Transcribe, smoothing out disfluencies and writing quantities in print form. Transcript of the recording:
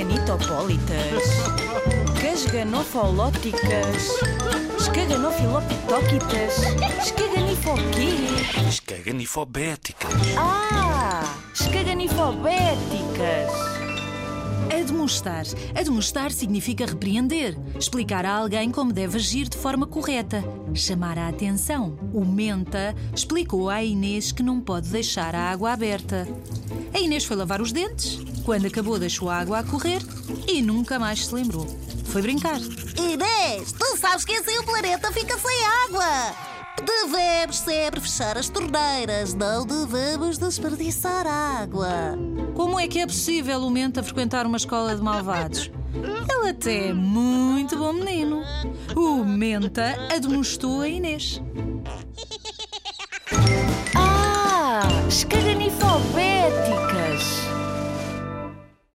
escaganitopólitas, casganofolóticas, escaganofiloptóquitas, escaganifoquê? Escaganifobéticas. Escaganifobéticas. Admoestar. Admoestar significa repreender, explicar a alguém como deve agir de forma correta, chamar a atenção. O Menta explicou à Inês que não pode deixar a água aberta. A Inês foi lavar os dentes. Quando acabou, deixou a água a correr e nunca mais se lembrou. Foi brincar. Inês, tu sabes que assim o planeta fica sem água. Devemos sempre fechar as torneiras, não devemos desperdiçar água. Como é que é possível o Menta frequentar uma escola de malvados? Ele até é muito bom menino. O Menta admoestou a Inês. Escaganifobéticas.